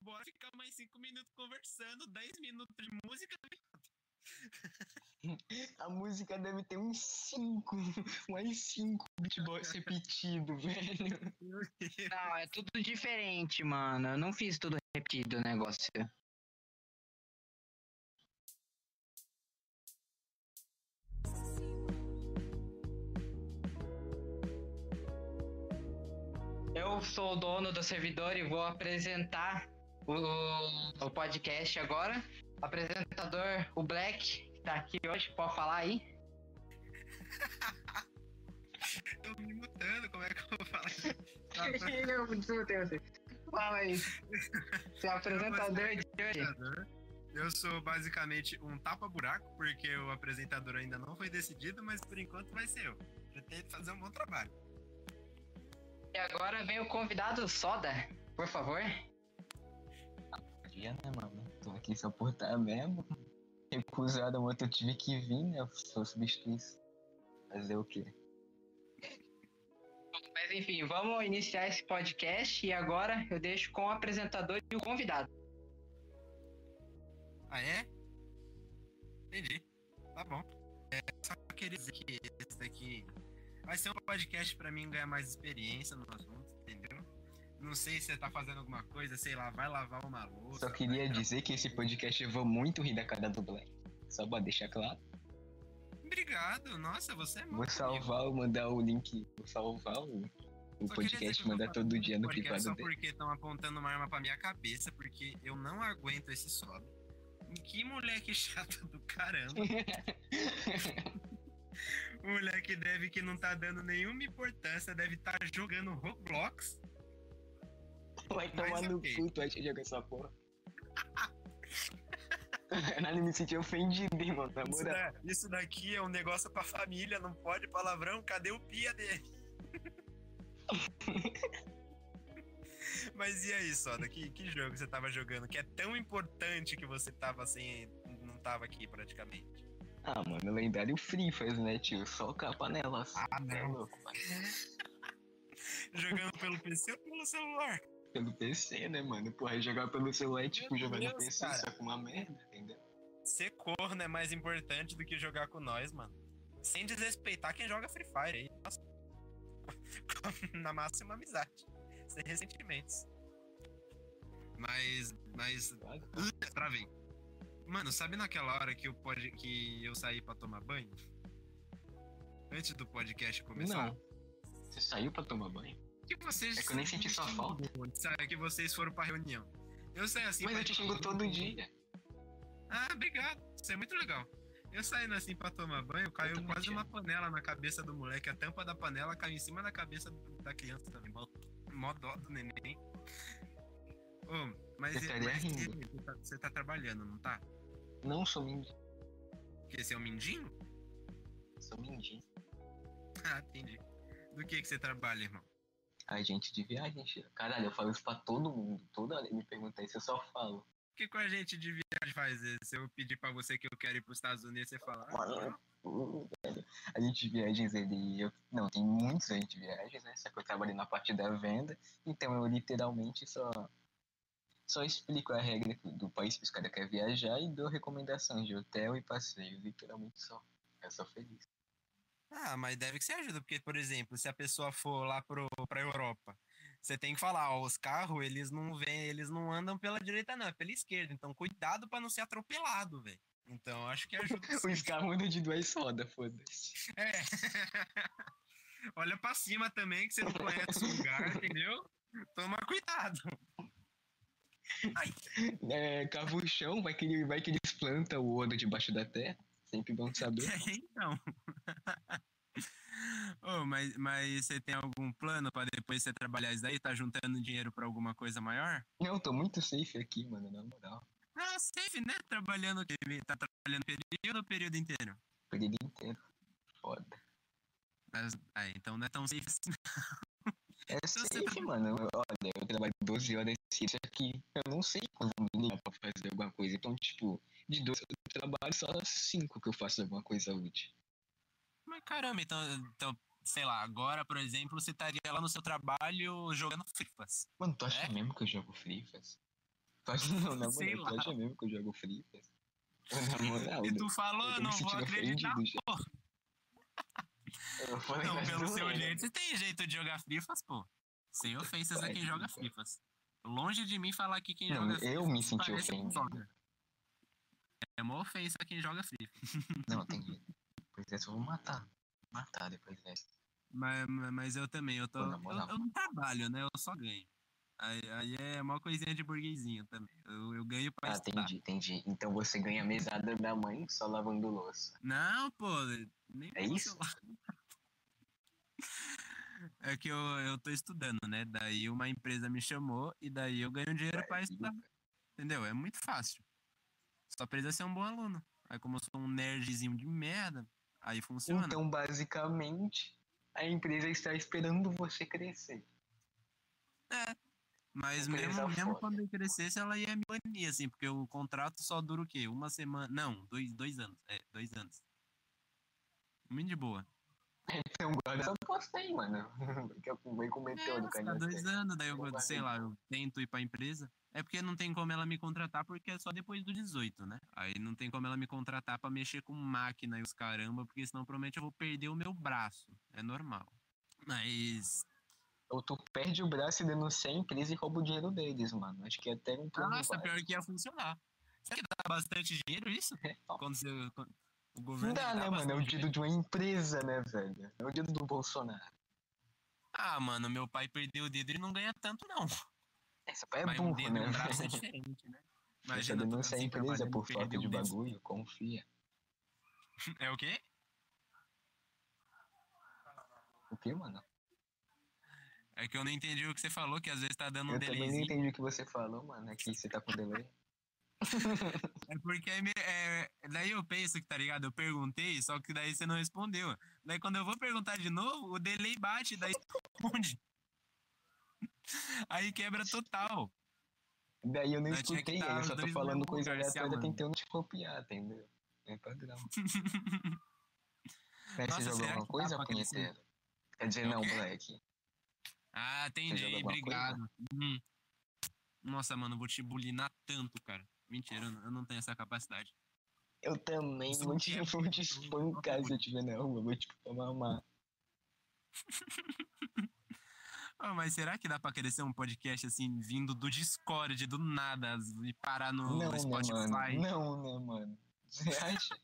Bora ficar mais 5 minutos conversando, 10 minutos de música. A música deve ter uns 5, mais 5 beatbox repetido, velho. Não, é tudo diferente, mano. Eu não fiz tudo repetido o negócio. Eu sou o dono do servidor e vou apresentar o podcast agora. Apresentador, o Black, que tá aqui hoje, pode falar aí? Tô me mutando, como é que eu vou falar isso? Eu desmutei você. Fala aí. Você é o apresentador de hoje. Eu sou basicamente um tapa-buraco, porque o apresentador ainda não foi decidido, mas por enquanto vai ser eu. Pretendo fazer um bom trabalho. E agora vem o convidado Soda, por favor. Dia, né, mano? Tô aqui só por estar mesmo. Recusado, mas eu tive que vir, né? Eu sou substituir. Fazer o quê? Mas enfim, vamos iniciar esse podcast e agora eu deixo com o apresentador e o convidado. Ah, é? Entendi. Tá bom. Só queria dizer que esse daqui vai ser um podcast pra mim ganhar mais experiência no assunto, entendeu? Não sei se você tá fazendo alguma coisa, sei lá, vai lavar uma louça. Só queria dizer que esse podcast eu vou muito rir da cara do Black. Só pra deixar claro. Obrigado, nossa, você é muito Vou salvar, mandar o link. Vou salvar o podcast e mandar todo dia no privado só dele. porque estão apontando uma arma pra minha cabeça, porque eu não aguento esse Soda. Que moleque chato do caramba. O moleque deve que não tá dando nenhuma importância, deve estar jogando Roblox. Vai tomar no cu, tu vai jogar essa porra. Caralho, me senti ofendido, hein, mano, na moral. Isso daqui é um negócio pra família, não pode palavrão, cadê o pia dele? Mas e aí, Soda, que jogo você tava jogando que é tão importante que você tava assim, não tava aqui praticamente? Ah, mano, lendário Free Fire, né, tio? Só com a panela assim. Ah, não. É louco, mano. Jogando pelo PC ou pelo celular? Pelo PC, né, mano? Porra, jogar pelo celular é tipo jogar no Deus, PC, cara. só com uma merda, entendeu? Ser corno é mais importante do que jogar com nós, mano. Sem desrespeitar quem joga Free Fire aí. Nossa. Na máxima amizade. Sem ressentimentos. Mas. Travei. Mano, sabe naquela hora que eu saí pra tomar banho? Antes do podcast começar? Não. Você saiu pra tomar banho? Que vocês. É que eu nem senti sua falta. Sabe que vocês foram pra reunião. Eu saí assim. Mas eu te xingo todo dia. Ah, obrigado. Isso é muito legal. Eu saindo assim pra tomar banho, caiu quase uma panela na cabeça do moleque. A tampa da panela caiu em cima da cabeça da criança também. Mó dó do neném. Ô, mas você tá trabalhando, não tá? Não sou mindinho. Porque você é um mindinho? Sou mindinho. Ah, entendi. Do que você trabalha, irmão? Agente de viagem, tio. Caralho, eu falo isso pra todo mundo. Toda hora ele me pergunta isso, eu só falo. O que com a gente de viagem faz isso? Se eu pedir pra você que eu quero ir pros Estados Unidos, você fala... A gente de viagens, não, tem muitos agentes de viagens, né? Só que eu trabalho na parte da venda. Então eu literalmente só explico a regra do país que os caras querem viajar e dou recomendações de hotel e passeio. Literalmente só. Eu sou feliz. Ah, mas deve que você ajuda, porque, por exemplo, se a pessoa for lá pra Europa, você tem que falar, ó, os carros, eles não andam pela direita não, é pela esquerda, então cuidado pra não ser atropelado, velho. Então, acho que ajuda. Os carros andam de 2 rodas, foda-se. É. Olha pra cima também, que você não conhece o lugar, entendeu? Toma cuidado. Ai. Cava o chão, vai que eles plantam o ouro debaixo da terra. Sempre bom saber. Então. Mas você tem algum plano pra depois você trabalhar isso daí? Tá juntando dinheiro pra alguma coisa maior? Não, tô muito safe aqui, mano, na moral. Ah, safe, né? Trabalhando o quê? Tá trabalhando período ou período inteiro? Período inteiro. Foda. Então não é tão safe assim. É safe, mano. Olha, eu trabalho 12 horas isso aqui. Eu não sei quando vou me ligar pra fazer alguma coisa. Então, tipo, de 12 eu trabalho só 5 que eu faço alguma coisa útil. Mas caramba, então, sei lá, agora, por exemplo, você estaria lá no seu trabalho jogando Free Fire. Mano, tu acha mesmo que eu jogo Free Fire? Pode não, na Sei moral, tu lá. acha mesmo que eu jogo Free Fire? Na moral, E tu falou, eu eu tô me não vou sentindo acreditar, ofendido já. pô. Eu falei, Não, mas pelo seu doendo. jeito, você tem jeito de jogar Frifas, pô. Sem ofensas a quem pariu, joga cara. Frifas. Longe de mim falar que quem Não, joga eu me Frifas senti parece que ofendido. joga. É uma ofensa a quem joga Frifas. Não, tem jeito. Depois dessa eu vou matar. Matar depois dessa. Mas eu também, eu Pô, na eu moral. não trabalho, né? Eu só ganho. Aí é uma coisinha de burguesinho também. Eu ganho pra Ah, estudar. entendi. Então você ganha a mesada da mãe só lavando louça. Não, pô, nem É pelo isso? celular. É que eu tô estudando, né? Daí uma empresa me chamou e daí eu ganho dinheiro pra estudar. Entendeu? É muito fácil. Só precisa ser um bom aluno. Aí como eu sou um nerdzinho de merda, aí funciona. Então, basicamente, a empresa está esperando você crescer. Mas Empresa mesmo foda. quando eu crescesse, ela ia me banir, assim, porque o contrato só dura o quê? Uma semana. Não, dois anos. É, 2 anos. Muito de boa. Então, guarda essa posta aí, mano. Que eu vou com o meteoro, Ficar cara. 2 anos, daí eu, Guarda sei aí. lá, eu tento ir pra empresa. É porque não tem como ela me contratar, porque é só depois do 18, né? Aí não tem como ela me contratar pra mexer com máquina e os caramba, porque senão provavelmente eu vou perder o meu braço. É normal. Mas. Ou tu perde o braço e denuncia a empresa e rouba o dinheiro deles, mano. Acho que é até um plano Nossa, pior válido. que ia funcionar. Será que dá bastante dinheiro isso? Quando o Não governo dá, ele dá né, mano? É o bastante dinheiro dinheiro? de uma empresa, né, velho? É o dinheiro do Bolsonaro. Ah, mano, meu pai perdeu o dedo e não ganha tanto, não. Esse pai é Mas um burro, dedo e né, um braço é velho? diferente, né? Essa Imagina tu denuncia a assim empresa trabalhando e por perder falta de um dedo. bagulho, confia. É o quê? O quê, mano? É que eu não entendi o que você falou, que às vezes tá dando um Eu também não delayzinho. entendi o que você falou, mano. Aqui você tá com delay. É porque daí eu penso que, tá ligado? Eu perguntei, só que daí você não respondeu. Daí quando eu vou perguntar de novo, o delay bate, daí você responde. Aí quebra total. Daí eu não Nós tinha que escutei, aí estar eu os só tô dois no falando mesmo coisa lugar, se aleatória amando. tentando te copiar, entendeu? É padrão. Mas você Nossa, jogou será alguma que dá coisa, pra crescer? punheteiro? Quer dizer, É o não, quê? Black. Ah, Você jogou entendi, alguma coisa? obrigado. Nossa, mano, eu vou te bulinar tanto, cara. Mentira, eu não tenho essa capacidade. Eu Eu também sou vou um te, quebra, vou te eu sou espancar se eu bullying. estiver na rua, vou te mamar. Mas será que dá pra crescer um podcast assim, vindo do Discord, do nada, e parar no Não, né, mano? Spotify? Não, né, mano? Você acha?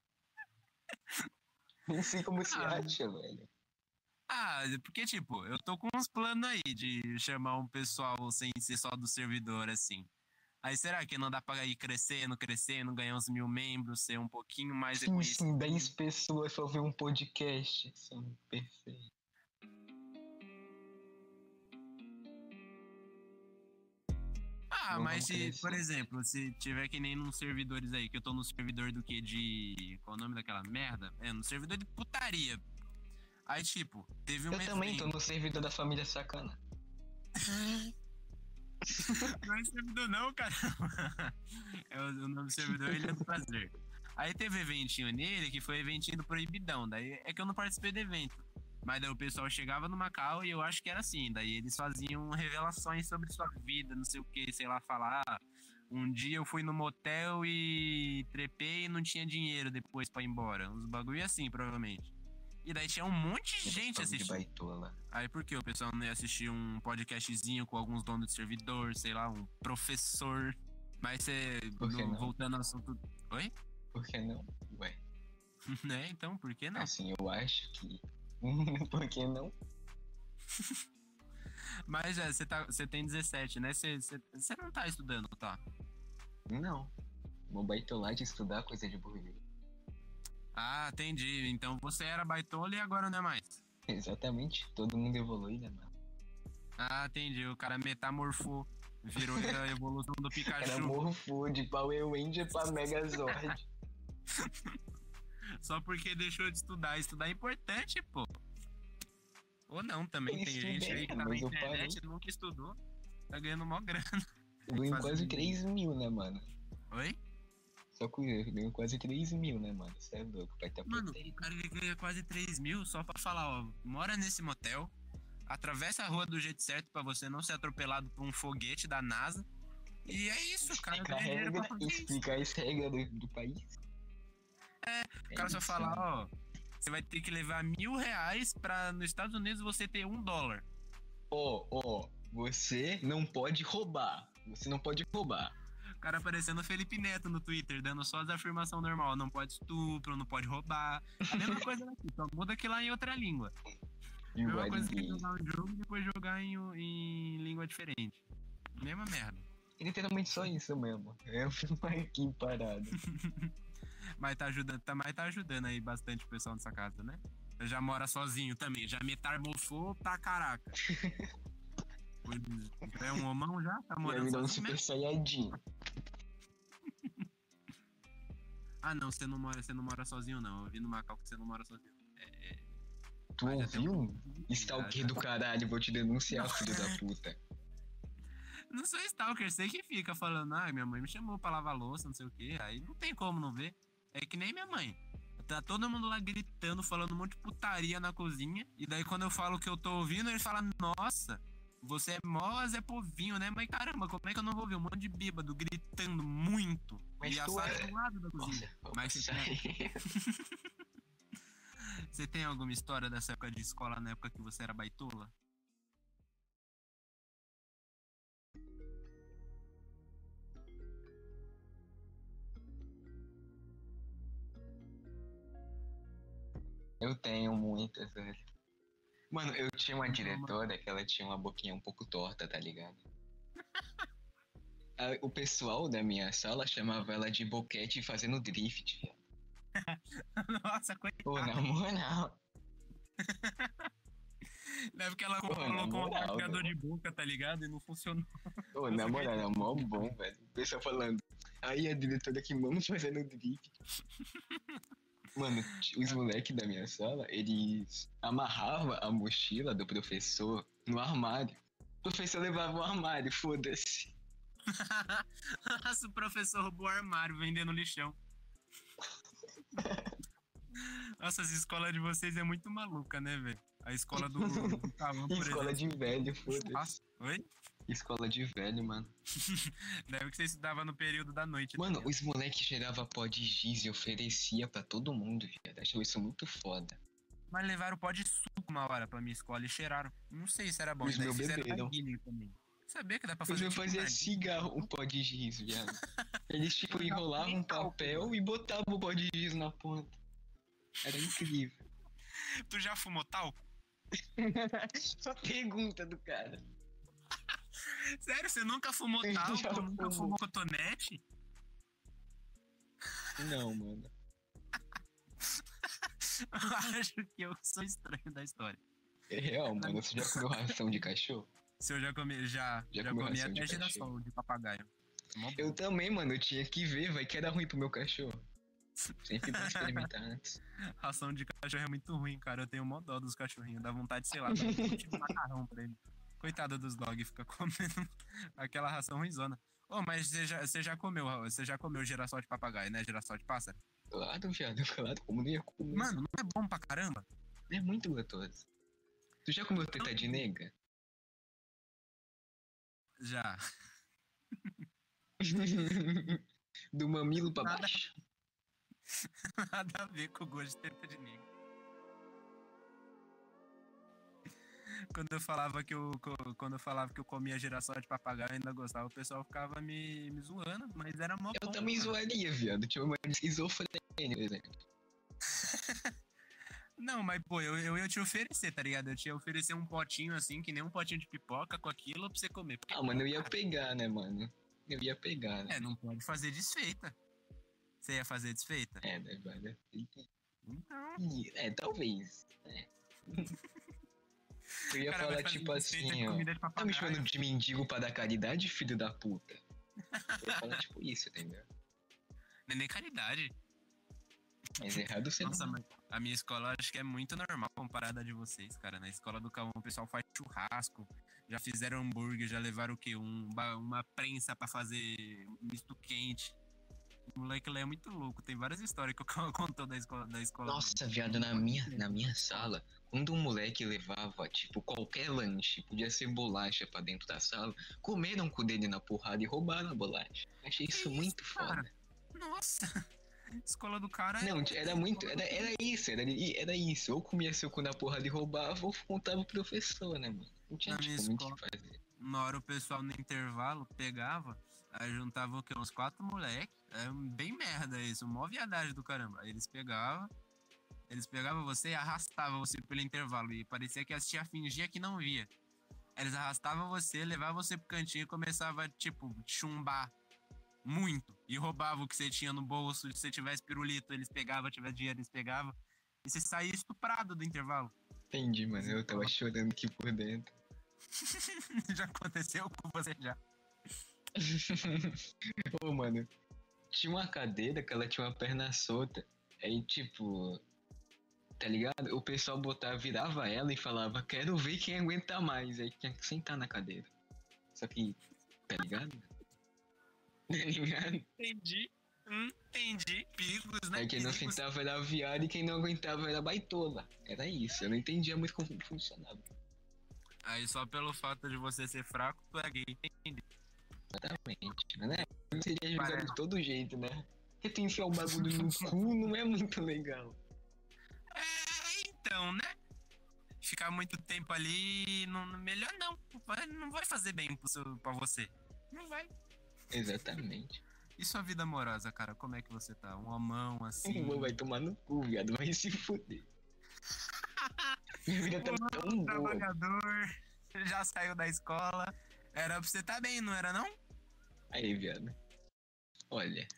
Nem sei como você Ah, acha, velho. porque, tipo, eu tô com uns planos aí de chamar um pessoal sem ser só do servidor, assim. Aí será que não dá pra ir crescendo, ganhar uns 1.000 membros, ser um pouquinho mais Sim, reconhecido? 10 pessoas pra ouvir um podcast. Sim, perfeito. Mas Vamos se, por crescer. exemplo, se tiver que nem nos servidores aí, que eu tô no servidor do que de. Qual é o nome daquela merda? No servidor de putaria. Aí, tipo, teve um Eu também tô evento. no servidor da família Sacana. Não é servidor não, cara. O nome do servidor, ele é do prazer. Aí teve eventinho nele, que foi eventinho do Proibidão. Daí é que eu não participei do evento. Mas daí o pessoal chegava no Macau e eu acho que era assim. Daí eles faziam revelações sobre sua vida, não sei o que, sei lá, falar. Um dia eu fui no motel e trepei e não tinha dinheiro depois pra ir embora. Uns bagulho assim, provavelmente. E daí tinha um monte de gente De assistindo. baitola. Aí por que o pessoal não ia assistir um podcastzinho com alguns donos de servidor, sei lá, um professor? Mas você, Por que não? voltando ao assunto... Oi? Por que não? Ué, Né? Então, por que não? assim, eu acho que... Por que não? Mas você tem 17, né? Você não tá estudando, tá? Não. Uma baitolar de estudar coisa de burguês. Ah, entendi. Então você era baitola e agora não é mais. Exatamente. Todo mundo evolui, né, mano? Ah, entendi. O cara metamorfou. Virou a evolução do Era Pikachu. morfou de Power Ranger pra Megazord. Só porque deixou de estudar. Estudar é importante, pô. Ou não, também. Eu Tem gente estudei, aí que tá na mas eu internet e nunca estudou. Tá ganhando mó grana. Eu ganho quase Fazendo- 3 mil, né, mano? Oi? Só que eu ganho quase 3 mil, né, mano? Você é louco, vai ter Mano, proteína. o cara ele ganha quase 3 mil só pra falar, ó, mora nesse motel, atravessa a rua do jeito certo pra você não ser atropelado por um foguete da NASA E é isso, o cara Explicar a ganha dinheiro pra regra, fazer isso. explicar as regras do país. O cara só isso, fala, mano. ó, você vai ter que levar R$ 1.000 pra nos Estados Unidos você ter $1. Você não pode roubar. Você não pode roubar. O cara parecendo o Felipe Neto no Twitter, dando só as afirmações normal. Não pode estupro, não pode roubar. A mesma coisa daqui, só muda que lá em outra língua. You Mesma are coisa que gay. jogar um jogo e depois jogar em língua diferente. Mesma merda. É literalmente só isso mesmo. Eu fico aqui parado. Mas tá ajudando aí bastante o pessoal nessa casa, né? Eu já mora sozinho também, já metamorfou pra caraca. É um homão já? Tá Vai morando virar um sozinho super mesmo? saiyajin. Ah não, você não mora sozinho não. Eu vi no Macau que você não mora sozinho. Tu Mas já tem ouviu? Stalker do caralho, vou te denunciar, filho da puta. Não sou stalker, sei que fica falando, minha mãe me chamou pra lavar louça, não sei o quê. Aí não tem como não ver. É que nem minha mãe. Tá todo mundo lá gritando, falando um monte de putaria na cozinha. E daí quando eu falo que eu tô ouvindo, eles falam, nossa, você é mó Zé Povinho, né? Mas caramba, como é que eu não vou ouvir um monte de bêbado gritando muito? Mas e a tu sala é- do lado da cozinha. Mas você tem alguma história dessa época de escola, na época que você era baitola? Eu tenho muitas, velho. Mano, eu tinha uma diretora que ela tinha uma boquinha um pouco torta, tá ligado? O pessoal da minha sala chamava ela de boquete fazendo drift, velho. Nossa, Pô, na coitada. moral. Deve que ela Pô, na colocou um moral, rasgador velho. de boca, tá ligado? E não funcionou. Pô, na moral, é mó bom, velho. O pessoal falando. Aí a diretora que mano fazendo drift. Mano, os moleques da minha sala, eles amarravam a mochila do professor no armário. O professor levava o armário, foda-se. Nossa, o professor roubou o armário vendendo lixão. Nossa, essa escola de vocês é muito maluca, né, velho? A escola do Cauã, por Escola exemplo. de velho, foda-se. Oi? Escola de velho, mano. Deve que você estudava no período da noite. Mano, tá os moleques cheiravam pó de giz e oferecia pra todo mundo, viado. Achei isso muito foda. Mas levaram pó de suco uma hora pra minha escola e cheiraram. Não sei se era bom. Os E daí meus fizeram beberam. narguilé também. Sabia que dá pra Os fazer meus tipo faziam narguilé? cigarro, um pó de giz, viado. Eles, tipo, Usava enrolavam um nem cálculo, papel mano. e botavam o pó de giz na ponta. Era incrível. Tu já fumou talco? Só pergunta do cara. Sério, você nunca fumou Eu já talco? Nunca fumo. fumou cotonete? Não, mano. Eu acho que eu sou estranho da história. É real, mano. Você já comeu ração de cachorro? Se eu já comi, já comeu comi ração de até cachorro? girassol de papagaio. Mó bom. Eu também, mano. Eu tinha que ver, vai que era ruim pro meu cachorro. Sempre vou experimentar antes. Ração de cachorro é muito ruim, cara. Eu tenho mó dó dos cachorrinhos. Dá vontade, sei lá, dar um monte de macarrão pra ele. Coitada dos dogs, fica comendo aquela ração ruimzona. Ô, mas você já comeu girassol de papagaio, né? Girassol de pássaro? Claro, viado. Claro, como não ia comer? Mano, não é bom pra caramba? É muito gostoso. Tu já comeu teta de nega? Já. Do mamilo pra Nada. baixo. Nada a ver com o gosto de teta de negro. Quando eu falava que eu comia girassol de papagaio e ainda gostava, o pessoal ficava me zoando, mas era mó Eu bom, também mano. zoaria, viado. Tinha uma esquizofrenia, por exemplo. Não, mas pô, eu ia te oferecer, tá ligado? Eu te ia oferecer um potinho assim, que nem um potinho de pipoca com aquilo pra você comer. Porque, Ah, mano, eu ia pegar, né, mano? Eu ia pegar, né? não pode fazer desfeita. Você ia fazer desfeita? É, né, velho? Então. É, talvez. É. Eu ia Cara, vai falar, fazer tipo desfeita assim, de ó. comida de Tá me papagaio. chamando de mendigo pra dar caridade, filho da puta? Eu ia falar, tipo, isso, entendeu? Não é nem caridade. Mas errado você Nossa, não. mas a minha escola acho que é muito normal comparada a de vocês, cara. Na escola do Cauã o pessoal faz churrasco, já fizeram hambúrguer, já levaram o quê? Uma prensa pra fazer misto quente. O moleque lá é muito louco. Tem várias histórias que o contou da escola. Nossa, viado, na minha sala, quando um moleque levava, tipo, qualquer lanche, podia ser bolacha pra dentro da sala, comeram com o dele na porrada e roubaram a bolacha. Achei isso muito cara? foda. Nossa, a escola do cara Não, era isso. Ou comia seu cu na porrada e roubava, ou contava o professor, né, mano? Não tinha, Na minha tipo, muito o escola. que fazer. Uma hora o pessoal no intervalo pegava, aí juntava o quê? Uns 4 moleques. É bem merda isso, mó viadagem do caramba. Aí eles pegavam você e arrastavam você pelo intervalo. E parecia que as tia fingia que não via. Eles arrastavam você, levavam você pro cantinho e começava, tipo, chumbar muito. E roubavam o que você tinha no bolso. Se você tivesse pirulito, eles pegavam, tivesse dinheiro, eles pegavam. E você saía estuprado do intervalo. Entendi, mano. Eu tava chorando aqui por dentro. Já aconteceu com você já. Ô, mano, tinha uma cadeira que ela tinha uma perna solta. Aí, tipo, tá ligado? O pessoal virava ela e falava, quero ver quem aguenta mais. Aí tinha que sentar na cadeira. Só que, tá ligado? Tá ligado? Entendi. Perigos, né? Aí quem não Perigos. sentava era viado e quem não aguentava era baitola. Era isso, eu não entendia muito como funcionava. Aí só pelo fato de você ser fraco, tu é gay. Entendi. Exatamente, né? Seria julgado Parece. de todo jeito, né? Porque tu enfiar o bagulho no cu não é muito legal. Então, né? Ficar muito tempo ali, melhor não. Não vai fazer bem pra você. Não vai. Exatamente. E sua vida amorosa, cara? Como é que você tá? Uma mão assim. Vai tomar no cu, viado, vai se fuder. Minha vida tá tão boa. Trabalhador, já saiu da escola. Era pra você tá bem, não era não? Aí, viado. Olha,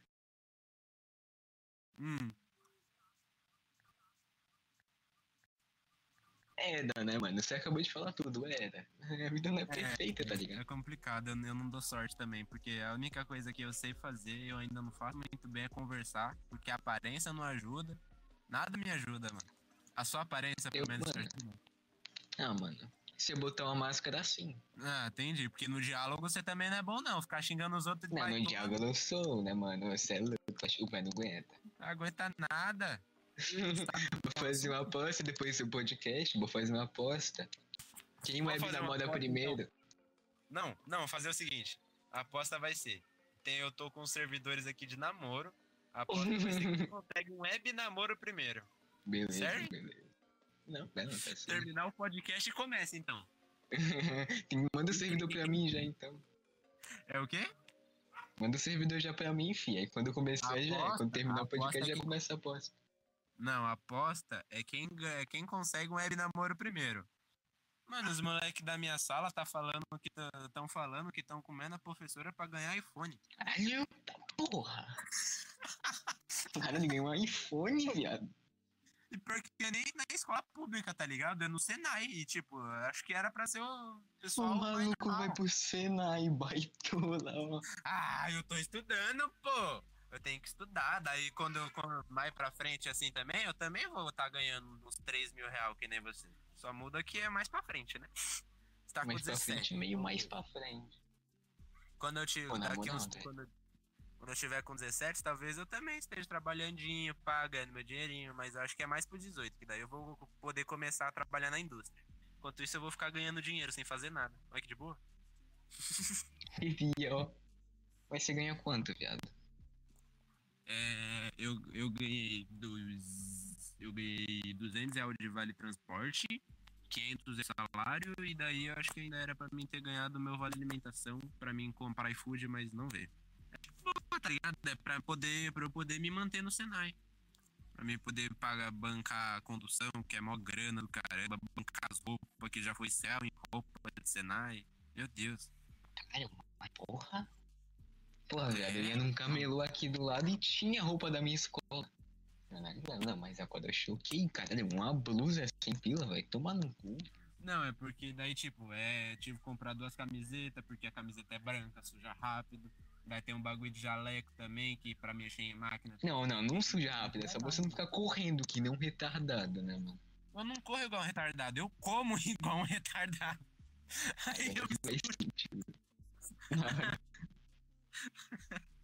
era, né, mano? Você acabou de falar tudo, era. A vida não é perfeita, tá É ligado? complicado, eu não dou sorte também, porque a única coisa que eu sei fazer, eu ainda não faço muito bem é conversar, porque a aparência não ajuda. Nada me ajuda, mano. A sua aparência, pelo menos, te Mano, ajuda. ah, mano. Se eu botar uma máscara assim. Ah, entendi. Porque no diálogo você também não é bom, não. Ficar xingando os outros de Não, no baitola, diálogo eu não sou, né, mano? Você é louco, acho que o pé não aguenta. não aguenta nada. Vou fazer uma aposta depois do podcast, vou fazer uma aposta. Quem Vamos web fazer uma namora aposta, primeiro? Não, fazer o seguinte. A aposta vai ser. Eu tô com os servidores aqui de namoro. A aposta vai ser quem consegue um web namoro primeiro. Beleza, Certo? beleza. Não, tá certo. Terminar o podcast e começa, então. Manda o servidor pra mim já, então. É o quê? Manda o servidor já pra mim, fi. Aí quando começar já é. Quando terminar o podcast já começa a aposta. Não, a aposta é quem consegue um web namoro primeiro. Mano, os moleques da minha sala estão falando que estão comendo a professora pra ganhar iPhone. Caralho, porra. Cara, ninguém ganhou um iPhone, viado. E pior que é nem na escola pública, tá ligado? É no Senai. E, tipo, acho que era pra ser o pessoal. O maluco vai pro Senai, baitola, ó. Ah, eu tô estudando, pô. Eu tenho que estudar. Daí, quando mais pra frente assim também, eu também vou estar ganhando uns 3 mil reais, que nem você. Só muda que é mais pra frente, né? Você tá com Mais pra 17. frente, meio mais pra frente. Quando eu tiver Pô, na daqui moral, uns. velho. Quando eu tiver com 17, talvez eu também esteja trabalhandinho, pagando meu dinheirinho, mas eu acho que é mais pro 18, que daí eu vou poder começar a trabalhar na indústria. Enquanto isso, eu vou ficar ganhando dinheiro sem fazer nada. Olha que de boa. Vivia, ó. Mas você ganha quanto, viado? Eu ganhei 200 reais de vale transporte, 500 é salário, e daí eu acho que ainda era pra mim ter ganhado o meu vale alimentação, pra mim comprar iFood, mas não veio. Tá ligado? É pra eu poder me manter no Senai. Pra mim poder bancar a condução, que é mó grana do caramba, bancar as roupas, que já foi céu em roupa de Senai. Meu Deus. Caralho, mas porra. Porra, viado, eu ia num camelô aqui do lado e tinha roupa da minha escola. Não, mas agora eu choquei, caralho, uma blusa sem pila, vai tomar no cu. Não, é porque daí, tipo, tive que comprar 2 camisetas, porque a camiseta é branca, suja rápido. Daí tem um bagulho de jaleco também, que pra mexer em máquina. Não suja rápido, é só você não ficar correndo que nem um retardado, né, mano? Eu não corro igual um retardado, eu como igual um retardado. Aí eu... Faz sentido.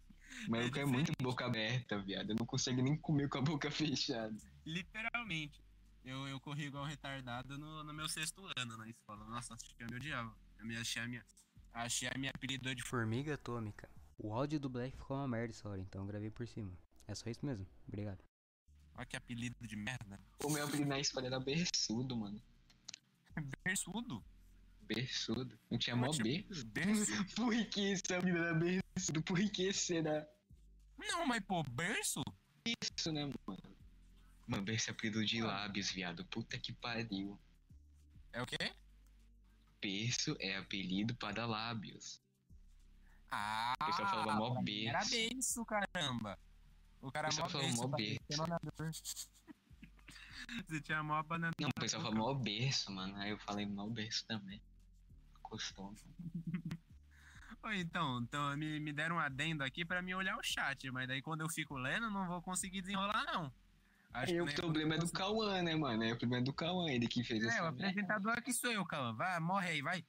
Mas eu quero muito boca aberta, viado. Eu não consigo nem comer com a boca fechada. Literalmente. Eu corri igual retardado no meu 6º ano na escola. Nossa, acho que eu me odiava. Achei a minha apelido de Formiga atômica. O áudio do Black ficou uma merda essa hora, então eu gravei por cima. É só isso mesmo. Obrigado. Olha que apelido de merda. O meu apelido na escola era berçudo, mano. Berçudo? Berçudo. Não tinha mó B. Berço? Por que essa menina era berçudo? Por que será Não, mas pô, berço? isso, né, mano? Mano, berço é apelido de lábios, viado. Puta que pariu. É o quê? Berço é apelido para lábios. Ah, O pessoal falava mó pra mim era berço. berço, caramba. O cara O pessoal mó falava berço, mó parecia berço. bananador. Você tinha mó banana. Não, o pessoal fala mó berço, mano. Aí eu falei mó berço também. Costume. Oi, então me deram um adendo aqui pra me olhar o chat, mas daí quando eu fico lendo, não vou conseguir desenrolar, não. Acho Aí que o nem problema é do Cauã, né, mano? É o problema é do Cauã, ele que fez É, o essa merda. apresentador aqui sou eu, Cauã. Vai, morre aí, vai.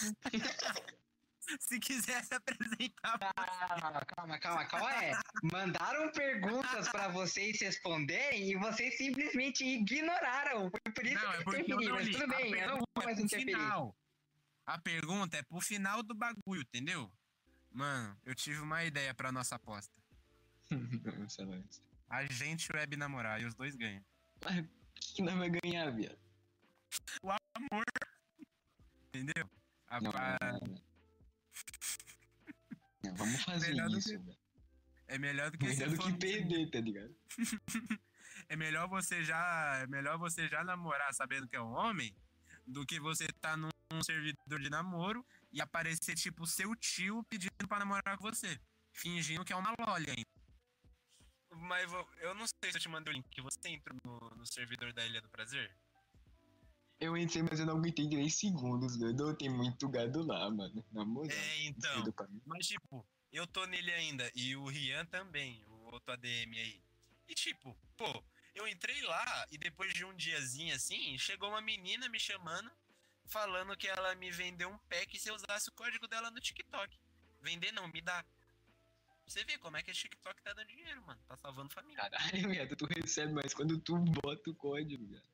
Se quiser se apresentar. Calma. Mandaram perguntas pra vocês responderem e vocês simplesmente ignoraram. Foi por isso Não, que é eu porque eu interferi, não mas li. tudo bem, eu não vou mais pro interferir. final. A pergunta é pro final do bagulho, entendeu? Mano, eu tive uma ideia pra nossa aposta. Excelente. A gente web namorar e os dois ganham. Mas quem não vai ganhar, viado? Amor. Entendeu? Não, não, vamos fazer Melhor do isso, que- velho. É melhor do que Melhor se do for- que perder, tá ligado? É melhor você já namorar sabendo que é um homem do que você tá num servidor de namoro e aparecer tipo seu tio pedindo pra namorar com você, fingindo que é uma lolha ainda. Mas eu não sei se eu te mandei o link. Você entrou no servidor da Ilha do Prazer? Eu entrei, mas eu não aguentei 3 segundos, doido. Tem muito gado lá, mano. Na moral. É, então. Cedo pra mim. Mas, tipo, eu tô nele ainda. E o Rian também, o outro ADM aí. E, tipo, pô, eu entrei lá e depois de um diazinho assim, chegou uma menina me chamando, falando que ela me vendeu um pack se eu usasse o código dela no TikTok. Vender não, me dá. Você vê como é que a TikTok tá dando dinheiro, mano. Tá salvando família. Caralho, viado, tu recebe mais quando tu bota o código, viado.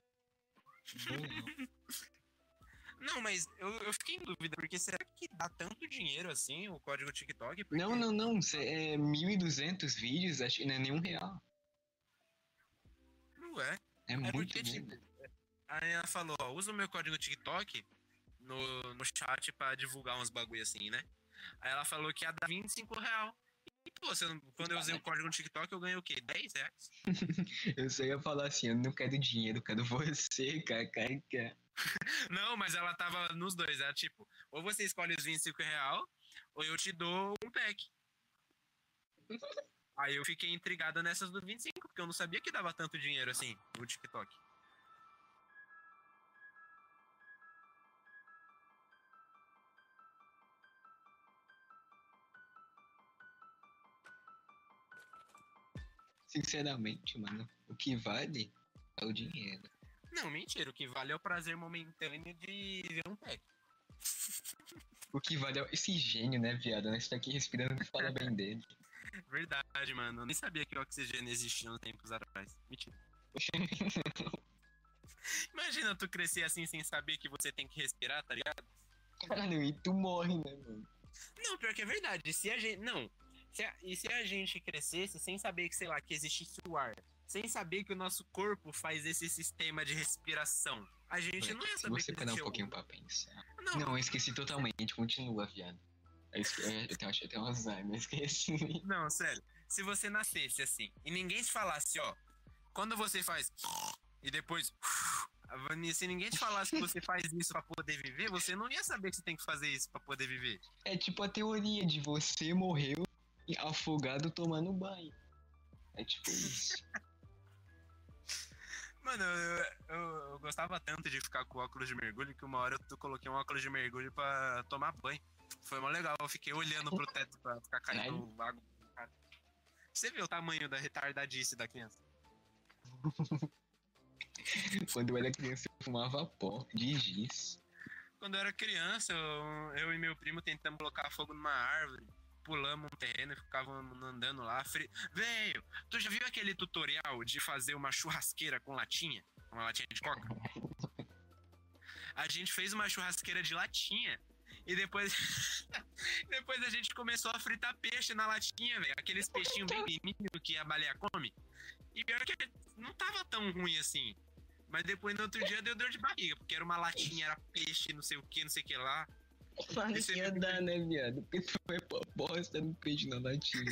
Não, mas eu fiquei em dúvida, porque será que dá tanto dinheiro assim o código TikTok? Porque... Não. É 1.200 vídeos, acho que não é nenhum real. Não é. É É muito porque, dinheiro. tipo, aí ela falou, ó, usa o meu código TikTok no chat pra divulgar uns bagulho assim, né? Aí ela falou que ia dar R$25. E, pô, quando eu usei o código no TikTok, eu ganhei o quê? R$10? Eu só ia falar assim, eu não quero dinheiro, eu quero você, cara. Não, mas ela tava nos dois. Era tipo, ou você escolhe os R$25, ou eu te dou um pack. Aí eu fiquei intrigado nessas do 25, porque eu não sabia que dava tanto dinheiro assim no TikTok. Sinceramente, mano, o que vale é o dinheiro. Não, mentira. O que vale é o prazer momentâneo de ver um pack. O que vale é esse gênio, né, viado? Nós tá aqui respirando e fala bem dele. Verdade, mano. Eu nem sabia que o oxigênio existia uns tempos atrás. Mentira. Imagina tu crescer assim sem saber que você tem que respirar, tá ligado? Caralho, e tu morre, né, mano? Não, pior que é verdade. Se a gente. Não. Se a gente crescesse sem saber que, sei lá, que existisse o ar, sem saber que o nosso corpo faz esse sistema de respiração, a gente não ia Se saber você que parar um existia pouquinho o... pra pensar. Não, Não, eu esqueci totalmente, continua, viado. Eu tenho um Alzheimer, esqueci. não, sério. Se você nascesse assim e ninguém te falasse, ó, quando você faz e depois. Se ninguém te falasse que você faz isso pra poder viver, você não ia saber que você tem que fazer isso pra poder viver. É tipo a teoria de você morreu afogado tomando banho. É tipo isso. Mano, eu gostava tanto de ficar com óculos de mergulho que uma hora eu coloquei um óculos de mergulho pra tomar banho. Foi mó legal, eu fiquei olhando pro teto pra ficar caindo água. Você vê o tamanho da retardadice da criança? Quando eu era criança eu fumava pó de giz. Quando eu era criança, eu e meu primo tentamos colocar fogo numa árvore. pulamos um terreno e ficávamos andando lá. Velho, tu já viu aquele tutorial de fazer uma churrasqueira com latinha? Uma latinha de coca? A gente fez uma churrasqueira de latinha. E depois depois a gente começou a fritar peixe na latinha, velho. Aqueles peixinhos bem pequenininhos que a baleia come. E pior que não tava tão ruim assim. Mas depois no outro dia deu dor de barriga, porque era uma latinha, era peixe, não sei o que lá. Mas ia dar, né, viado? Porque tu vai pra bosta no peixe na latinha.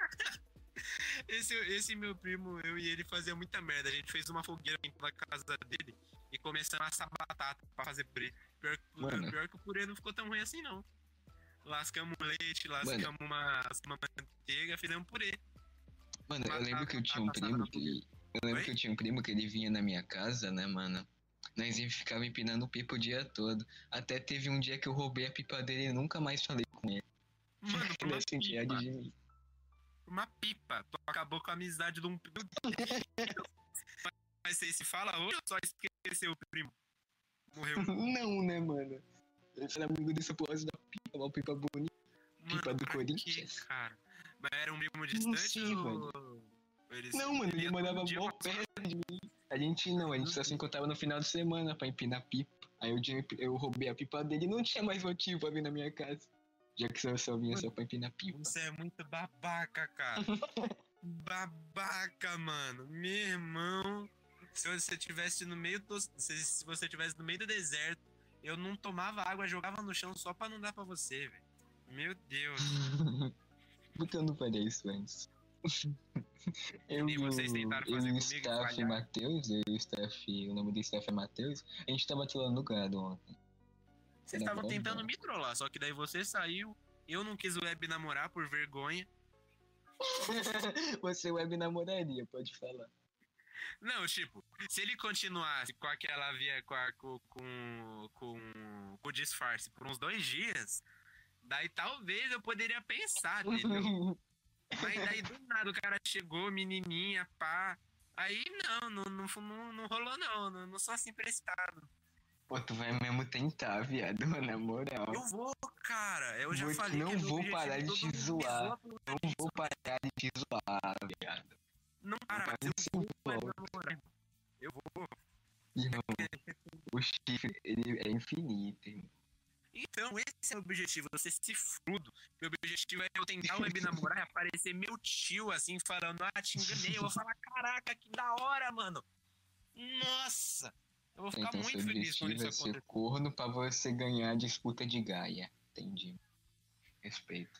Esse meu primo, eu e ele fazia muita merda. A gente fez uma fogueira na casa dele e começamos a assar batata pra fazer purê. Pior que o purê não ficou tão ruim assim, não. Lascamos leite, lascamos uma manteiga, fizemos purê. Mano, eu lembro que eu tinha um primo que... Eu lembro que eu tinha um primo que ele vinha na minha casa, né, mano? Nós ficava empinando pipa o dia todo. Até teve um dia que eu roubei a pipa dele e nunca mais falei com ele. Mano, Ele sentia de mim. Uma pipa. Tu acabou com a amizade de um primo. Mas você se fala hoje ou só esqueceu o primo? Morreu. Não, né, mano? Ele era amigo desse porra da pipa, uma pipa bonita. Mano, Pipa do pra Corinthians. quê, cara? Mas era um primo Não distante sei, ou... Não, mano, ele ia morava todo dia mó pra- perto de mim. A gente só se encontrava no final de semana pra empinar pipa. Aí eu roubei a pipa dele e não tinha mais motivo pra vir na minha casa. Já que eu só vinha só pra empinar pipa. Você é muito babaca, cara. Babaca, mano. Meu irmão. Se você tivesse no meio do... Se você tivesse no meio do deserto, eu não tomava água, jogava no chão só pra não dar pra você, velho. Meu Deus. Por que eu não faria isso antes? Nem vocês tentaram fazer e o comigo, staff falharam. Matheus, o nome do staff é Matheus, a gente tava tirando no gado ontem. Vocês Era estavam bom, tentando mano. me trollar, só que daí você saiu, eu não quis web namorar por vergonha. Você web namoraria, pode falar. Não, tipo, se ele continuasse com aquela via com o disfarce por uns 2 dias, daí talvez eu poderia pensar, entendeu? Mas daí do nada o cara chegou, menininha, pá. Aí não rolou não sou assim prestado. Pô, tu vai mesmo tentar, viado, na moral. Eu vou, cara, eu já Vou- falei não que é meu vou objetivo, parar de todo te mundo me zoar. zoa por Não vou parar de te zoar, viado. Não, cara, mas Vai eu se vou impor. namorar. Eu vou. Irmão, o chifre, ele é infinito, irmão. Então, esse é o objetivo, você se frudo. Meu objetivo é eu tentar web namorar e aparecer meu tio assim, falando, te enganei. Eu vou falar, caraca, que da hora, mano. Nossa! Eu vou ficar Então, muito seu feliz quando objetivo isso é ser acontecer. corno pra você ganhar a disputa de Gaia. Entendi. Respeito.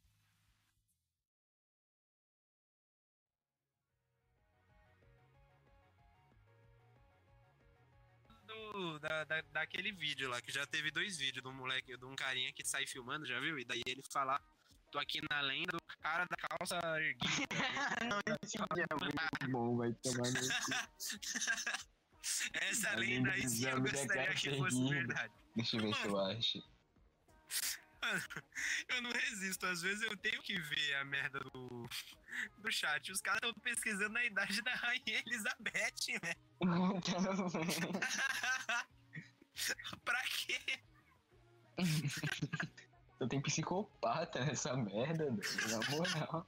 Daquele vídeo lá, que já teve 2 vídeos de um moleque, de um carinha que sai filmando, já viu? E daí ele fala, tô aqui na lenda do cara da calça erguida. Não, esse dia é muito bom, vai tomar no cu. Essa A lenda lenda aí do sim eu exame da gostaria que calça fosse erguida. verdade. Deixa eu ver se eu acho. Mano, eu não resisto, às vezes eu tenho que ver a merda do chat. Os caras estão pesquisando a idade da Rainha Elizabeth, velho. Pra quê? Eu tenho psicopata nessa merda, doido, na moral.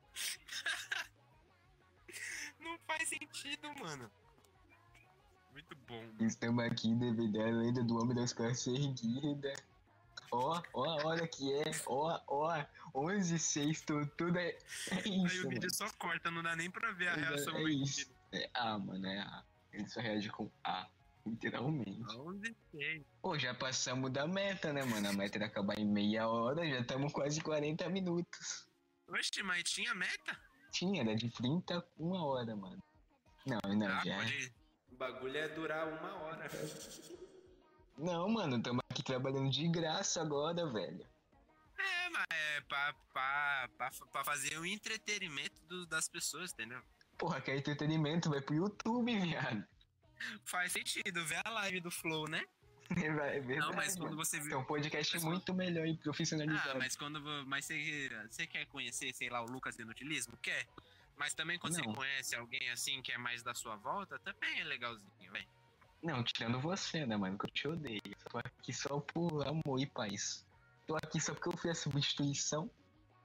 Não faz sentido, mano. Muito bom. Mano. Estamos aqui devido à lenda do homem das calças erguidas. Ó a hora que é. Ó, 11:06, tudo é Aí isso, o vídeo mano. só corta, não dá nem pra ver a reação É do isso. indivíduo. É A, mano, é A. Ele só reage com A, literalmente. Aonde tem? Pô, já passamos da meta, né, mano? A meta era acabar em meia hora, já estamos quase 40 minutos. Oxe, mas tinha meta? Tinha, era de 30 a 1 hora, mano. Não, já. Pode. O bagulho é durar 1 hora. Não, mano, estamos aqui trabalhando de graça agora, velho. É, mas é pra fazer o entretenimento das pessoas, entendeu? Porra, que é entretenimento, vai pro YouTube, viado. Faz sentido, ver a live do Flow, né? É verdade. Não, mas quando mano. você viu. É um podcast mas muito melhor e profissionalizado. Mas Mas você quer conhecer, sei lá, o Lucas Inutilismo? Quer. Mas também quando Não. você conhece alguém assim que é mais da sua volta, também é legalzinho, velho. Não, tirando você, né, mano, que eu te odeio. Eu tô aqui só por amor e paz. Tô aqui só porque eu fui a substituição.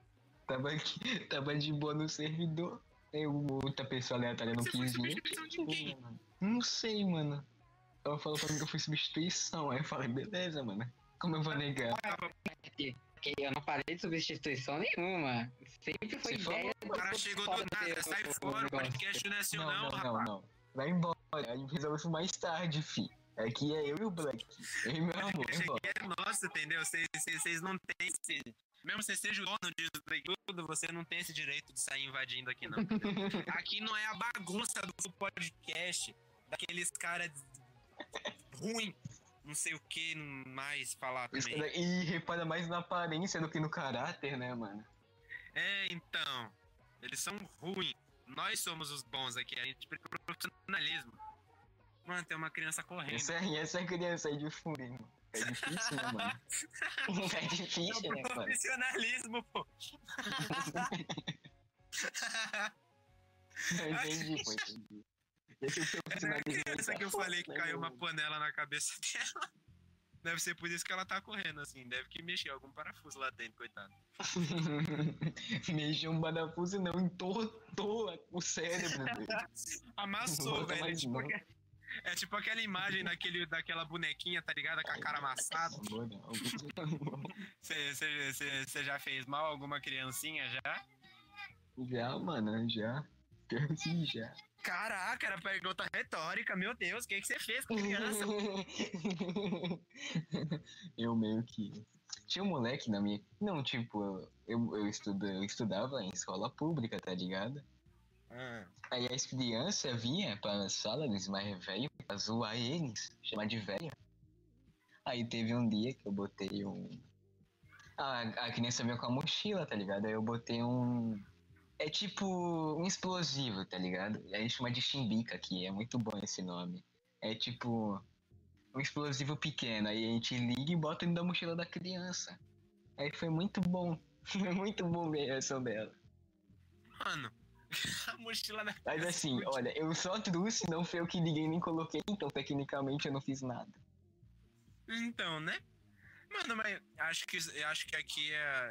Tava de boa no servidor. Aí outra pessoa aleatória não Você foi quis vir. substituição de quem? Mano. Não sei, mano. Ela falou pra mim que eu fui substituição. Aí eu falei, beleza, mano. Como eu vou negar? Que eu não falei de substituição nenhuma. Sempre foi Você ideia O cara chegou do nada, sai fora, o podcast não é seu não, rapaz. Não. Vai embora. A gente resolve isso mais tarde, fi. Aqui é eu e o Black. Eu e meu O amor, podcast embora. aqui é nosso, entendeu? Vocês não têm esse... Mesmo você seja o dono disso daí tudo, você não tem esse direito de sair invadindo aqui, não. Aqui não é a bagunça do podcast, daqueles caras ruim, não sei o que mais falar também. E repara mais na aparência do que no caráter, né, mano? É, então, eles são ruins. Nós somos os bons aqui, a gente precisa de profissionalismo. Mano, tem uma criança correndo. Essa criança aí de fundo, hein, mano. É difícil, né, mano? É É difícil, o né, mano? profissionalismo, pô. Eu entendi, pô, entendi. Esse é o Essa é a profissionalismo. criança que eu falei que né, caiu uma mano? panela na cabeça dela. Deve ser por isso que ela tá correndo, assim. Deve que mexer algum parafuso lá dentro, coitado. Mexeu um parafuso e não entortou o cérebro dele. Amassou, Não, velho. mas não. É tipo aquela imagem daquela bonequinha, tá ligado? Com a cara amassada. Amor, não. Você já fez mal a alguma criancinha já? Já, mano, já. Pior que sim, já. Caraca, era pergunta retórica, meu Deus, o que você fez com criança? Eu meio que. Tinha um moleque na minha. Não, tipo, eu estudava em escola pública, tá ligado? Aí as crianças vinham pra sala dos mais velhos pra zoar eles, chamar de velho. Aí teve um dia que eu botei um. A criança veio com a mochila, tá ligado? Aí eu botei um. É tipo um explosivo, tá ligado? A gente chama de chimbica aqui, é muito bom esse nome. É tipo um explosivo pequeno, aí a gente liga e bota dentro da mochila da criança. Aí foi muito bom. Foi muito bom ver a reação dela. Mano, a mochila da Mas criança assim, explodiu. olha, eu só trouxe, não foi eu que liguei nem coloquei, então tecnicamente eu não fiz nada. Então, né? Mano, mas acho que aqui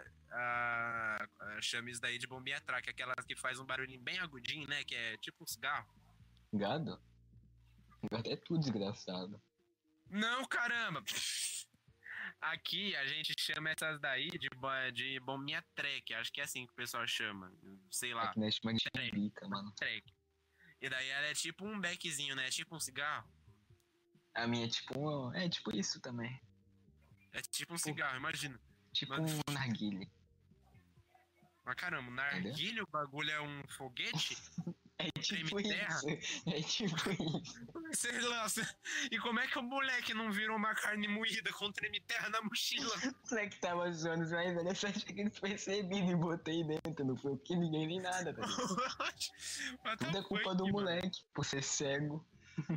chama isso daí de bombinha track, aquela que faz um barulhinho bem agudinho, né? Que é tipo um cigarro. Gado? Gado é tudo desgraçado. Não, caramba! Aqui a gente chama essas daí de bombinha track, acho que é assim que o pessoal chama. Sei lá, Aqui nós chamamos de chimbica, mano. track. E daí ela é tipo um beckzinho, né? Tipo um cigarro. A minha é tipo. É tipo isso também. É tipo um cigarro, imagina. Tipo Mano. um narguile. Mas caramba, narguilha, o bagulho é um foguete? É tipo Treme terra? isso. É tipo isso. Sei lá, e como é que o moleque não virou uma carne moída com treme terra na mochila? O moleque tava zoando os mais velhos, eu só tinha que eles percebido e botei dentro. Não foi porque ninguém nem nada, tá ligado? What the Tudo é culpa fuck, do mano? moleque, por ser cego.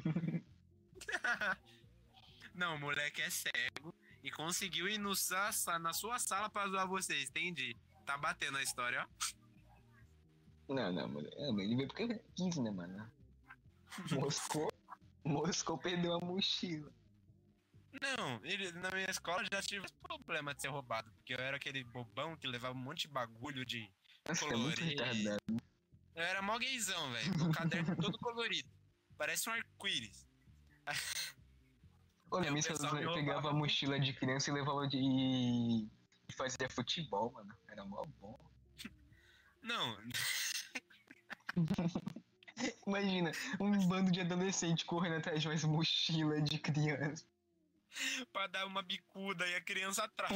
Não, o moleque é cego e conseguiu ir na sua sala pra zoar vocês, entendi. Tá batendo a história, ó. Não, mano. É, mas ele veio porque ele quis, né, mano? Moscou perdeu a mochila. Não, na minha escola já tive esse problema de ser roubado, porque eu era aquele bobão que levava um monte de bagulho de Nossa, é muito colorir. retardado. Eu era mó gaysão, velho. O caderno todo colorido. Parece um arco-íris. Olha, o minha pessoal escola me pegava roubava. a mochila de criança e levava e fazia futebol, mano. Era mó bom. Não, Imagina, um bando de adolescente correndo atrás de umas mochilas de criança. pra dar uma bicuda e a criança atrás.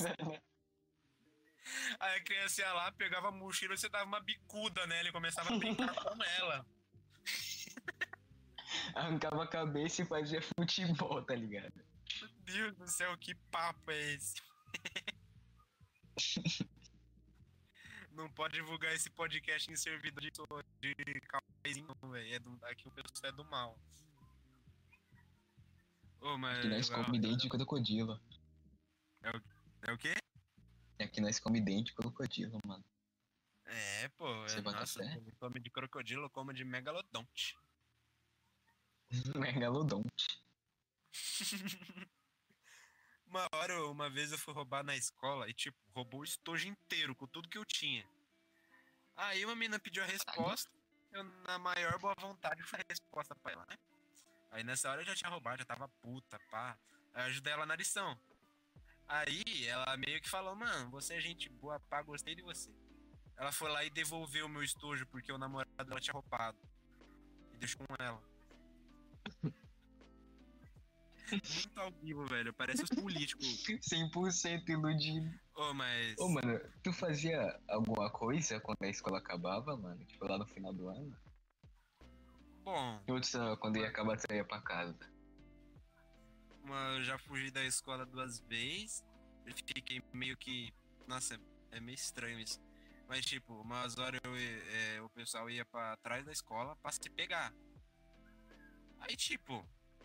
Aí a criança ia lá, pegava a mochila e você dava uma bicuda nela e começava a brincar com ela. Arrancava a cabeça e fazia futebol, tá ligado? Meu Deus do céu, que papo é esse? Não pode divulgar esse podcast em servidor de cafezinho, velho. Aqui o pessoal é do mal. Ô, mas. Aqui nós come dente de crocodilo. É o quê? Aqui nós come dente de crocodilo, mano. É, pô. Você bota Nossa, fé? eu como de crocodilo, eu como de megalodonte. Megalodonte. Uma vez eu fui roubar na escola e, tipo, roubou o estojo inteiro, com tudo que eu tinha. Aí uma menina pediu a resposta, eu, na maior boa vontade, falei a resposta pra ela, né? Aí nessa hora eu já tinha roubado, já tava puta, pá. Aí eu ajudei ela na lição. Aí ela meio que falou, mano, você é gente boa, pá, gostei de você. Ela foi lá e devolveu o meu estojo porque o namorado dela tinha roubado. E deixou com ela. Muito ao vivo, velho. Parece os políticos. 100% iludido. Ô, mas. Ô, mano, tu fazia alguma coisa quando a escola acabava, mano? Tipo, lá no final do ano? Bom, Ou só quando ia acabar, tu ia pra casa? eu já fugi da escola 2 vezes. Eu fiquei meio que. Nossa, é meio estranho isso. Mas, tipo, umas horas o pessoal ia pra trás da escola pra se pegar. Aí, tipo,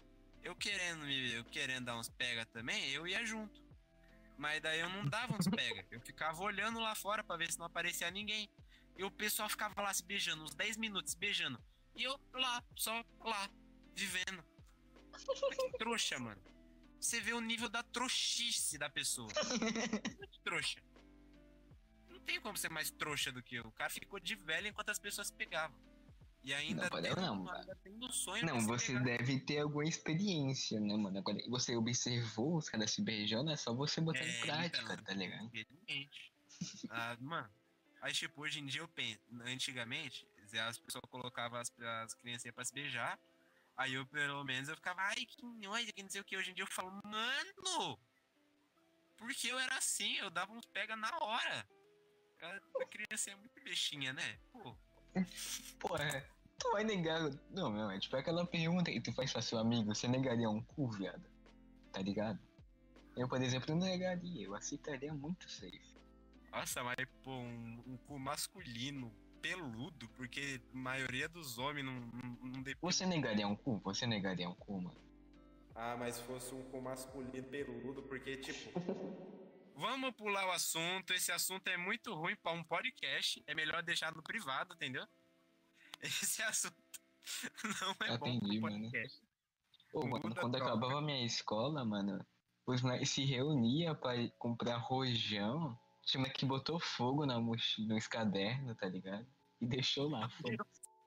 eu querendo dar uns pega também, eu ia junto. Mas daí eu não dava uns pega. Eu ficava olhando lá fora pra ver se não aparecia ninguém. E o pessoal ficava lá se beijando, uns 10 minutos se beijando. E eu lá, só lá, vivendo. Que trouxa, mano. Você vê o nível da trouxice da pessoa. Muito trouxa. Não tem como ser mais trouxa do que eu. O cara ficou de velho enquanto as pessoas se pegavam. E ainda Não, pode não, ainda tendo sonho Não, de se você pegar. deve ter alguma experiência, né, mano? Agora, você observou os caras se beijando, é só você botar em prática, Então, tá ligado? infelizmente. Ah, mano, aí tipo, hoje em dia eu penso, antigamente, as pessoas colocavam as crianças pra se beijar, aí eu pelo menos eu ficava, ai, que nojo, que não sei o que. Hoje em dia eu falo, mano, porque eu era assim, eu dava uns pega na hora. A criança é muito bestinha, né? Pô, Pô, tu vai negar. Não, meu, é tipo aquela pergunta que tu faz pra seu amigo, você negaria um cu, viado? Tá ligado? Eu, por exemplo, não negaria, eu aceitaria muito safe. nossa, mas pô, um cu masculino, peludo, porque a maioria dos homens não depila. Você negaria um cu? Você negaria um cu, mano? Ah, mas fosse um com masculino peludo, porque, tipo, vamos pular o assunto. Esse assunto é muito ruim pra um podcast. É melhor deixar no privado, entendeu? Esse assunto não é bom pro Atendi, mano. podcast. Ô, mano, Muda a quando acabava tópico. a minha escola, mano, os moleques se reunia pra ir comprar rojão. Tinha uma que botou fogo nos cadernos, tá ligado? E deixou lá, fogo.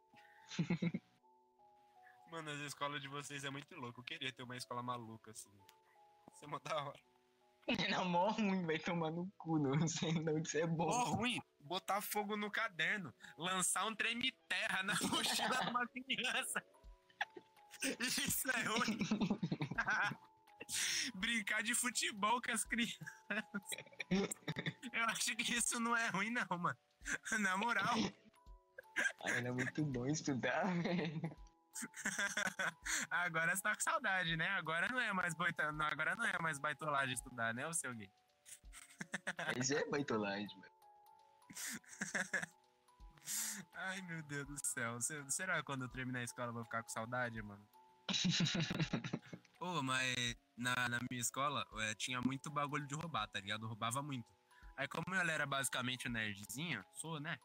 Mano, as escolas de vocês é muito louco. Eu queria ter uma escola maluca, assim. Isso é mó da hora. Era mó ruim, vai tomar no cu, não sei não que isso é bom. Mó ruim botar fogo no caderno, lançar um treme-terra na mochila de uma criança. Isso é ruim. Brincar de futebol com as crianças. Eu acho que isso não é ruim, não, mano. Na moral. Ah, era muito bom estudar, velho. Agora você tá com saudade, né? Agora não é mais agora não é mais baitolagem estudar, né, o seu gay? Mas é baitolagem, mano. Ai, meu Deus do céu. Será que quando eu terminar a escola eu vou ficar com saudade, mano? Ô, mas na minha escola tinha muito bagulho de roubar, tá ligado? Eu roubava muito. Aí como eu era basicamente um nerdzinho, sou, né?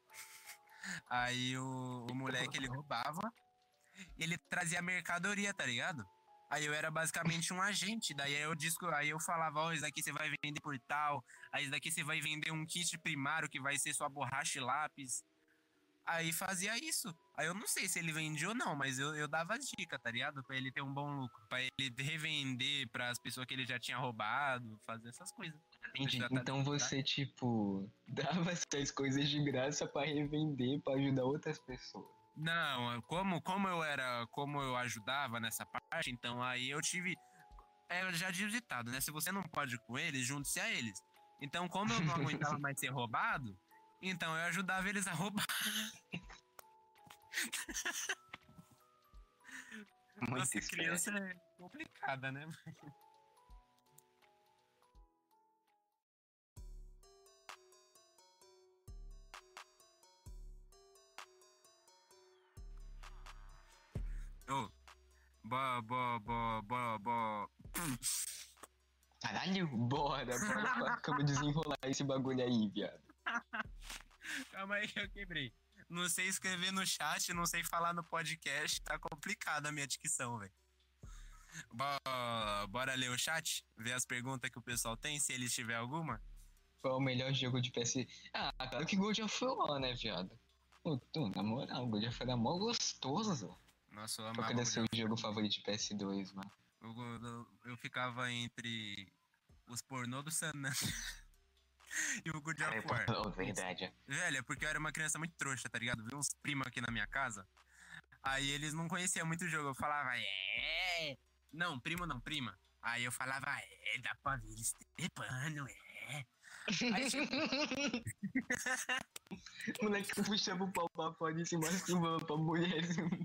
Aí o moleque, ele roubava e ele trazia mercadoria, tá ligado? Aí eu era basicamente um agente, daí aí eu falava, ó, isso daqui você vai vender por tal, aí isso daqui você vai vender um kit primário que vai ser sua borracha e lápis. Aí fazia isso. Aí eu não sei se ele vendia ou não, mas eu dava as dicas, tá ligado? Pra ele ter um bom lucro. Pra ele revender pras pessoas que ele já tinha roubado, fazer essas coisas. Entendi. Já tá Então ligado? você, tipo, dava essas coisas de graça pra revender, pra ajudar outras pessoas. Não, como eu ajudava nessa parte, então aí eu tive. Eu já tinha ditado, né? Se você não pode com eles, junte-se a eles. Então, como eu não aguentava mais ser roubado, então eu ajudava eles a roubar. Muito Nossa, esperto. criança é complicada, né? Ô, bo. Caralho, bora, como desenrolar esse bagulho aí, viado. Calma aí que eu quebrei. Não sei escrever no chat, não sei falar no podcast, tá complicado a minha dicção, velho. Bora ler o chat? Ver as perguntas que o pessoal tem, se eles tiver alguma? Qual o melhor jogo de PS? Ah, claro que God of War, né, viado? Pô, na moral, God of War é mó gostoso. Nossa, eu Qual amava que era o seu God of jogo War. favorito de PS2, mano? Eu ficava entre os pornô do Sanã e o God Cara, of War. é verdade. Velho, é porque eu era uma criança muito trouxa, tá ligado? Vi uns primos aqui na minha casa, aí eles não conheciam muito o jogo. Eu falava, é. Não, primo não, prima. Aí eu falava, dá pra ver eles trepando, é. Aí, tipo, O moleque puxava o pau pra fora e se masturbava pra mulher.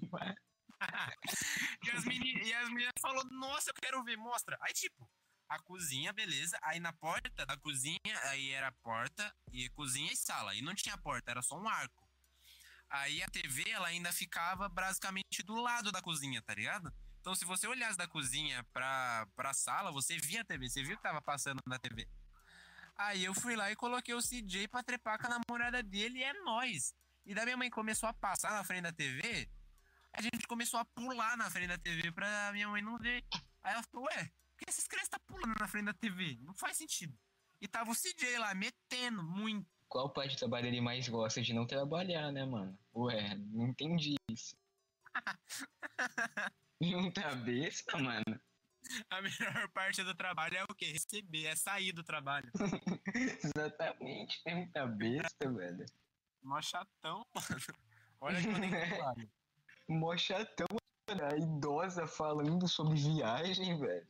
e as meninas falaram, nossa, eu quero ver, mostra. Aí, tipo, a cozinha, beleza. Aí na porta da cozinha, aí era porta e cozinha e sala. E não tinha porta, era só um arco. Aí a TV, ela ainda ficava basicamente do lado da cozinha, tá ligado? Então, se você olhasse da cozinha pra sala, você via a TV, você viu o que tava passando na TV. Aí eu fui lá e coloquei o CJ pra trepar com a namorada dele e é nóis. E daí minha mãe começou a passar na frente da TV, a gente começou a pular na frente da TV pra minha mãe não ver. Aí ela falou, ué, por que esses crianças tá pulando na frente da TV? Não faz sentido. E tava o CJ lá, metendo muito. Qual parte do trabalho ele mais gosta de não trabalhar, né, mano? Ué, não entendi isso. Junta a besta, mano. A melhor parte do trabalho é o quê? Receber, é sair do trabalho. Exatamente, junta a besta, velho. Mó chatão, mano. Olha que eu nem trabalho. Mó chatão, mano. A idosa falando sobre viagem, velho.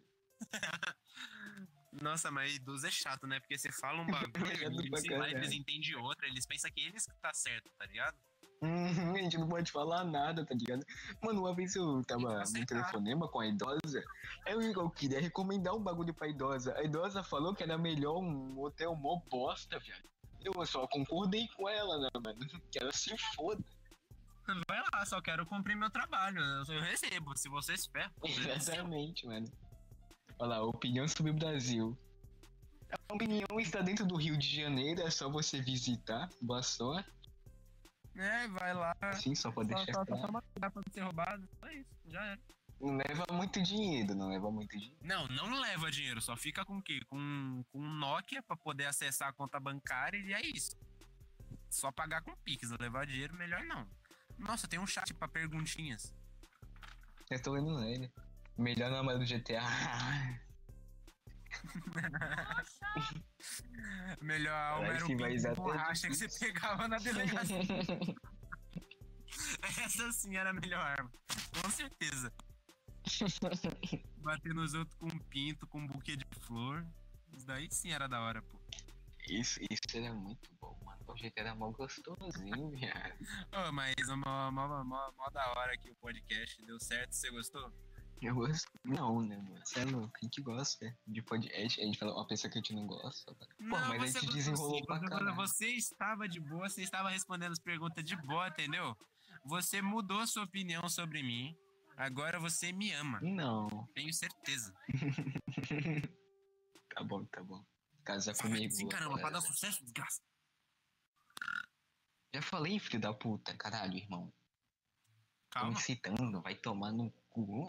Nossa, mas idoso é chato, né? Porque você fala um bagulho Chato e pra sei lá, caralho. eles entendem outra, eles pensam que eles que tá certo, tá ligado? A gente não pode falar nada, tá ligado? Mano, uma vez eu tava num aceitar. telefonema com a idosa, eu queria recomendar um bagulho pra idosa. A idosa falou que era melhor um hotel mó bosta, viado. Eu só concordei com ela, né, mano? Que ela se foda. Vai lá, só quero cumprir meu trabalho. Eu recebo, se vocês ferram. Exatamente, mano. Olha lá, opinião sobre o Brasil. A opinião está dentro do Rio de Janeiro, é só você visitar. Boa sorte. É, vai lá. Sim, só pra deixar Só claro. toma cuidado pra não ser roubado. Só isso, já era. Não leva muito dinheiro, não leva muito dinheiro. Não leva dinheiro, só fica com o quê? Com um Nokia pra poder acessar a conta bancária e é isso. Só pagar com Pix, levar dinheiro melhor não. Nossa, tem um chat pra perguntinhas. Eu tô lendo ele. Melhor namorado do GTA. Melhor alma Caralho, era o esse vai pinto de até borracha que você difícil. pegava na delegacia. Essa sim era a melhor arma. Com certeza. Bater nos outros com um pinto, com um buquê de flor. Isso daí sim era da hora, pô. Isso era muito bom, mano. O GTA era mó gostosinho, viado. Oh, mas mó da hora que o podcast deu certo. Você gostou? Eu gosto. Não, né, mano? Você é louco. Quem que gosta de podcast? A gente fala uma pessoa que a gente não gosta. Pô, mas a gente gostou desenrolou sim. pra caralho. Você estava de boa, você estava respondendo as perguntas de boa, entendeu? Você mudou a sua opinião sobre mim. Agora você me ama. Não. Tenho certeza. Tá bom. Casa comigo. Sim, caramba, pra agora. dar sucesso, desgraça. Já falei, filho da puta. Caralho, irmão. Tô Calma. incitando. Vai tomar no cu.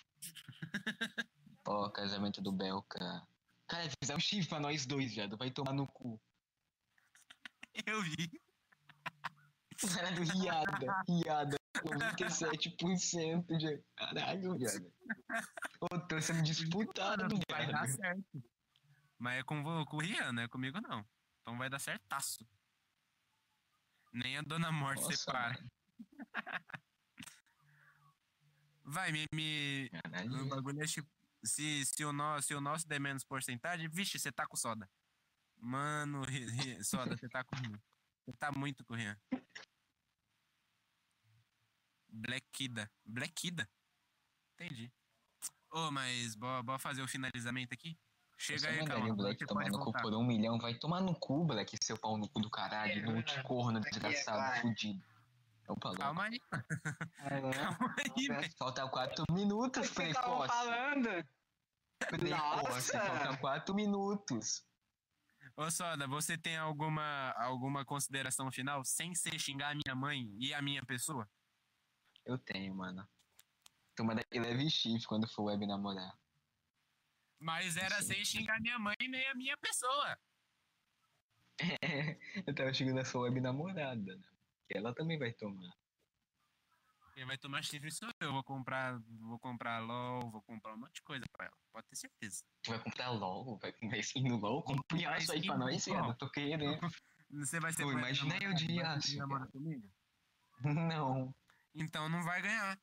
Ó, casamento do Belka. Cara, fizeram um chifre pra nós dois, viado. Vai tomar no cu. Eu vi. Cara do Riada. 97% de. Caralho, viado. Ô, tô sendo disputado, Vai dar viado. certo. Mas é com o Rian, não é comigo não. Então vai dar certaço. Nem a Dona Morte Nossa, separa. mano. Vai, o Caralho. bagulho é tipo. Se o nosso der menos porcentagem, vixe, você tá com soda. Mano, soda, você tá com Rian. Você tá muito com o Rian. Black Kida. Entendi. Ô, mas bora fazer o finalizamento aqui? Chega Você aí, mandaria calma. o Black Você tomar pode no cu voltar. por 1 milhão? Vai tomar no cu, Black, seu pau no cu do caralho. Não te corno, desgraçado, fudido. Opa, louco. Calma aí. Calma aí, velho. Falta 4 minutos, Vocês estavam precoce. falando? Precoce, Nossa. falta 4 minutos. Ô, Soda, você tem alguma consideração final sem ser xingar a minha mãe e a minha pessoa? Eu tenho, mano. Tomara que leve chifre quando for web namorar. Mas era sem xingar minha mãe nem a minha pessoa. Eu tava chegando a sua web namorada, né? Que ela também vai tomar. Quem vai tomar chifre sou eu. Vou comprar LOL, vou comprar um monte de coisa pra ela. Pode ter certeza. Tu vai comprar LOL? Vai comprar skin no LOL? Compra um aço aí pra skin no nós, LOL. Ana. Tô querendo. Você vai ser Pô, web imagina eu namorado, de vai aço, querer namorar comigo? Não. Então não vai ganhar.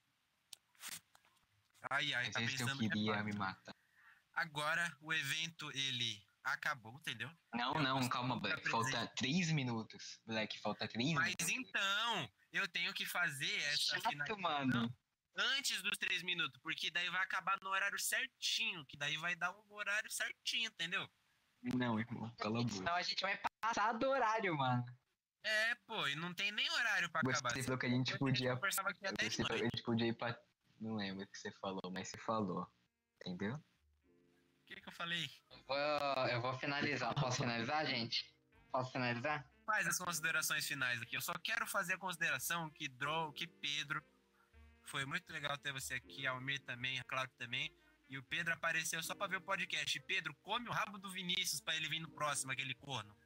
Ai, Às tá vezes eu pensando que é queria fácil. me matar. Agora o evento, ele acabou, entendeu? Não, calma, gostei Black. da Falta presença. 3 minutos. Black, falta 3 Mas minutos. então, eu tenho que fazer essa Chato, finalização mano. antes dos 3 minutos, porque daí vai acabar no horário certinho, que daí vai dar um horário certinho, entendeu? Não, irmão, cala a boca. Senão a gente vai passar do horário, mano. É, pô, e não tem nem horário pra acabar. Você falou que a gente podia. conversava aqui até de Você falou que a noite. gente podia ir pra. Não lembro o que você falou, mas você falou. Entendeu? O que eu falei? Eu vou finalizar. Posso finalizar, gente? Posso finalizar? Faz as considerações finais aqui. Eu só quero fazer a consideração que Pedro, foi muito legal ter você aqui, a Almir também, a Cláudio também. E o Pedro apareceu só pra ver o podcast. Pedro, come o rabo do Vinícius pra ele vir no próximo, aquele corno.